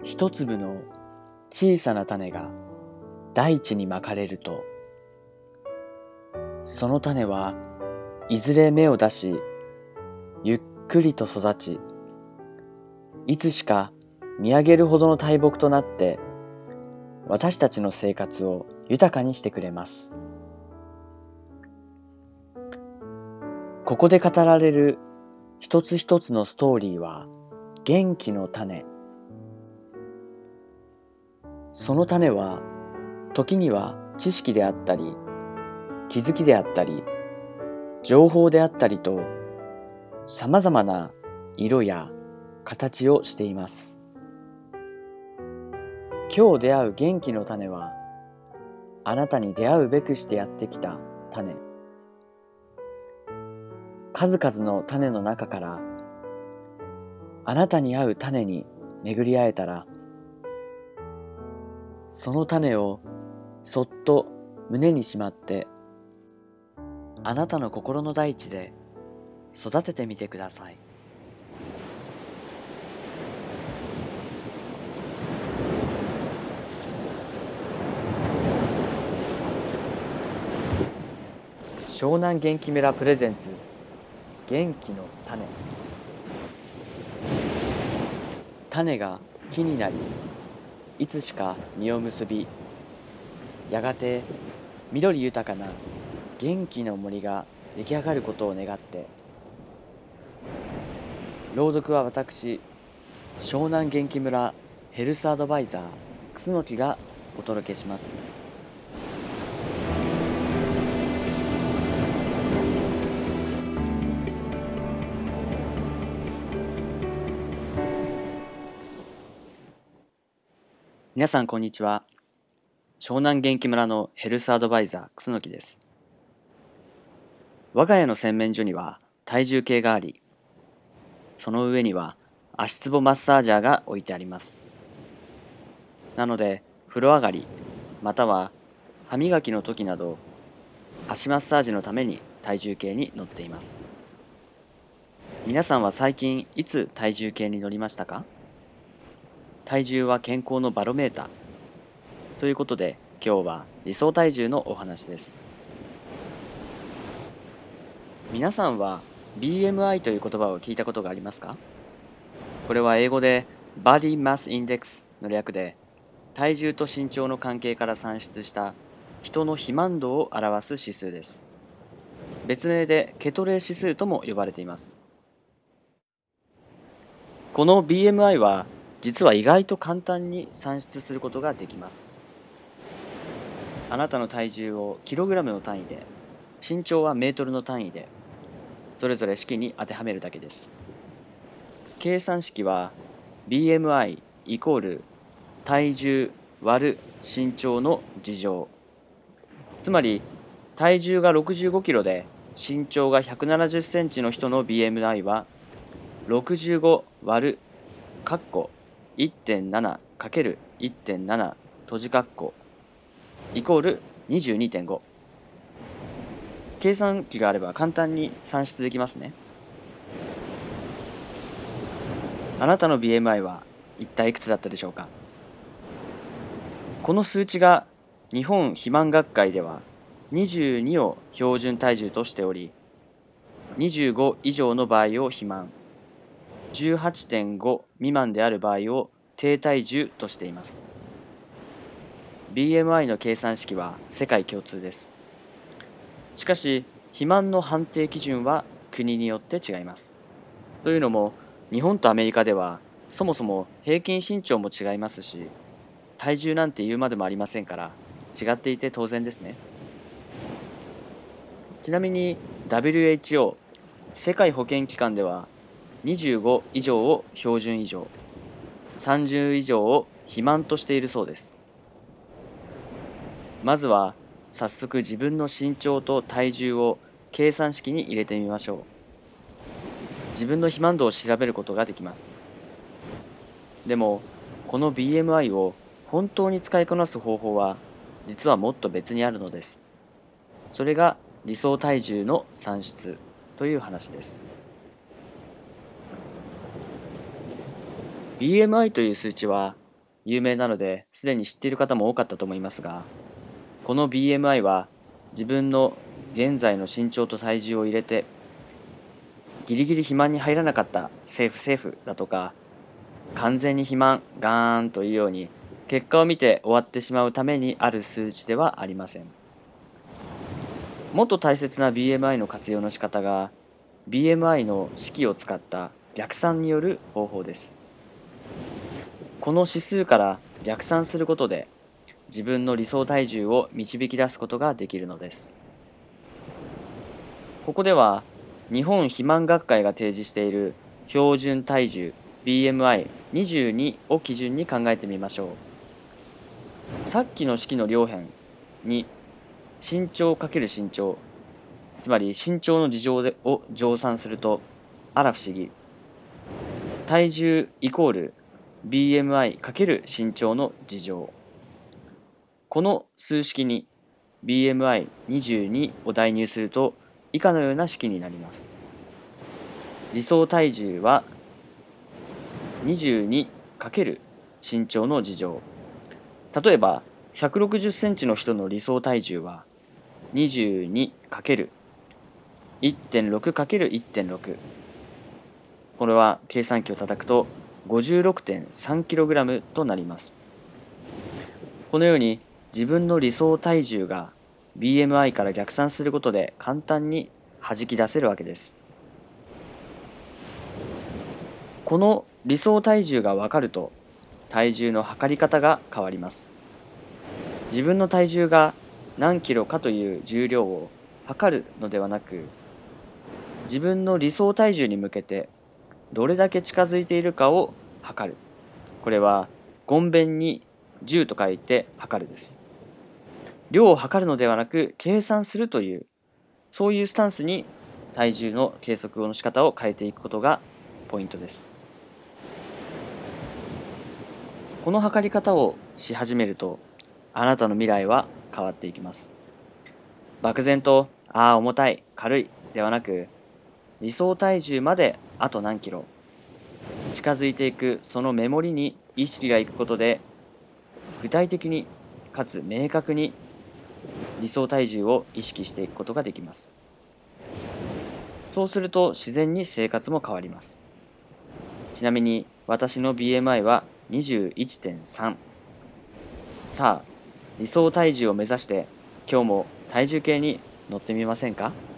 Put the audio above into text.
一粒の小さな種が大地にまかれると、その種はいずれ芽を出し、ゆっくりと育ち、いつしか見上げるほどの大木となって、私たちの生活を豊かにしてくれます。ここで語られる一つ一つのストーリーは元気の種。その種は時には知識であったり、気づきであったり、情報であったりと、さまざまな色や形をしています。今日出会う元気の種は、あなたに出会うべくしてやってきた種。数々の種の中から、あなたに合う種に巡り会えたら、その種をそっと胸にしまって、あなたの心の大地で育ててみてください。湘南元気村プレゼンツ元気の種。種が木になり、いつしか実を結び、やがて緑豊かな元気の森が出来上がることを願って、朗読は私、湘南元気村ヘルスアドバイザー楠木がお届けします。皆さんこんにちは。湘南元気村のヘルスアドバイザー楠木です。我が家の洗面所には体重計があり、その上には足つぼマッサージャーが置いてあります。なので風呂上がりまたは歯磨きの時など足マッサージのために体重計に乗っています。皆さんは最近いつ体重計に乗りましたか？体重は健康のバロメーターということで、今日は理想体重のお話です。皆さんは BMI という言葉を聞いたことがありますか？これは英語で Body Mass Index の略で、体重と身長の関係から算出した人の肥満度を表す指数です。別名でケトレー指数とも呼ばれています。この BMI は実は意外と簡単に算出することができます。あなたの体重をキログラムの単位で、身長はメートルの単位で、それぞれ式に当てはめるだけです。計算式は BMI イコール体重割る身長の二乗。つまり体重が65キロで身長が170センチの人の BMI は65割る括弧 1.7×1.7 閉じ括弧イコール 22.5。 計算機があれば簡単に算出できますね。あなたの BMI は一体いくつだったでしょうか？この数値が日本肥満学会では22を標準体重としており、25以上の場合を肥満、18.5 未満である場合を低体重としています。BMI の計算式は世界共通です。しかし、肥満の判定基準は国によって違います。というのも、日本とアメリカではそもそも平均身長も違いますし、体重なんて言うまでもありませんから、違っていて当然ですね。ちなみに WHO 世界保健機関では25以上を標準以上、30以上を肥満としているそうです。まずは早速自分の身長と体重を計算式に入れてみましょう。自分の肥満度を調べることができます。でもこの BMI を本当に使いこなす方法は実はもっと別にあるのです。それが理想体重の算出という話です。BMI という数値は有名なのですでに知っている方も多かったと思いますが、この BMI は自分の現在の身長と体重を入れてギリギリ肥満に入らなかったセーフだとか、完全に肥満ガーンというように結果を見て終わってしまうためにある数値ではありません。もっと大切な BMI の活用の仕方が BMI の式を使った逆算による方法です。この指数から逆算することで自分の理想体重を導き出すことができるのです。ここでは日本肥満学会が提示している標準体重 BMI22 を基準に考えてみましょう。さっきの式の両辺に身長×身長、つまり身長のを乗算すると、あら不思議、体重イコール BMI× 身長の2乗。この数式に BMI22 を代入すると以下のような式になります。理想体重は 22× 身長の2乗。例えば160センチの人の理想体重は 22×1.6×1.6。これは計算機を叩くと 56.3kg となります。このように自分の理想体重が BMI から逆算することで簡単に弾き出せるわけです。この理想体重が分かると体重の測り方が変わります。自分の体重が何キロかという重量を測るのではなく、自分の理想体重に向けてどれだけ近づいているかを測る。これはごんべんに10と書いて測るです。量を測るのではなく計算するという、そういうスタンスに体重の計測の仕方を変えていくことがポイントです。この測り方をし始めると、あなたの未来は変わっていきます。漠然と、重たい、軽いではなく、理想体重まであと何キロ、近づいていくそのメモリに意識がいくことで、具体的にかつ明確に理想体重を意識していくことができます。そうすると自然に生活も変わります。ちなみに私の BMI は 21.3。さあ、理想体重を目指して今日も体重計に乗ってみませんか？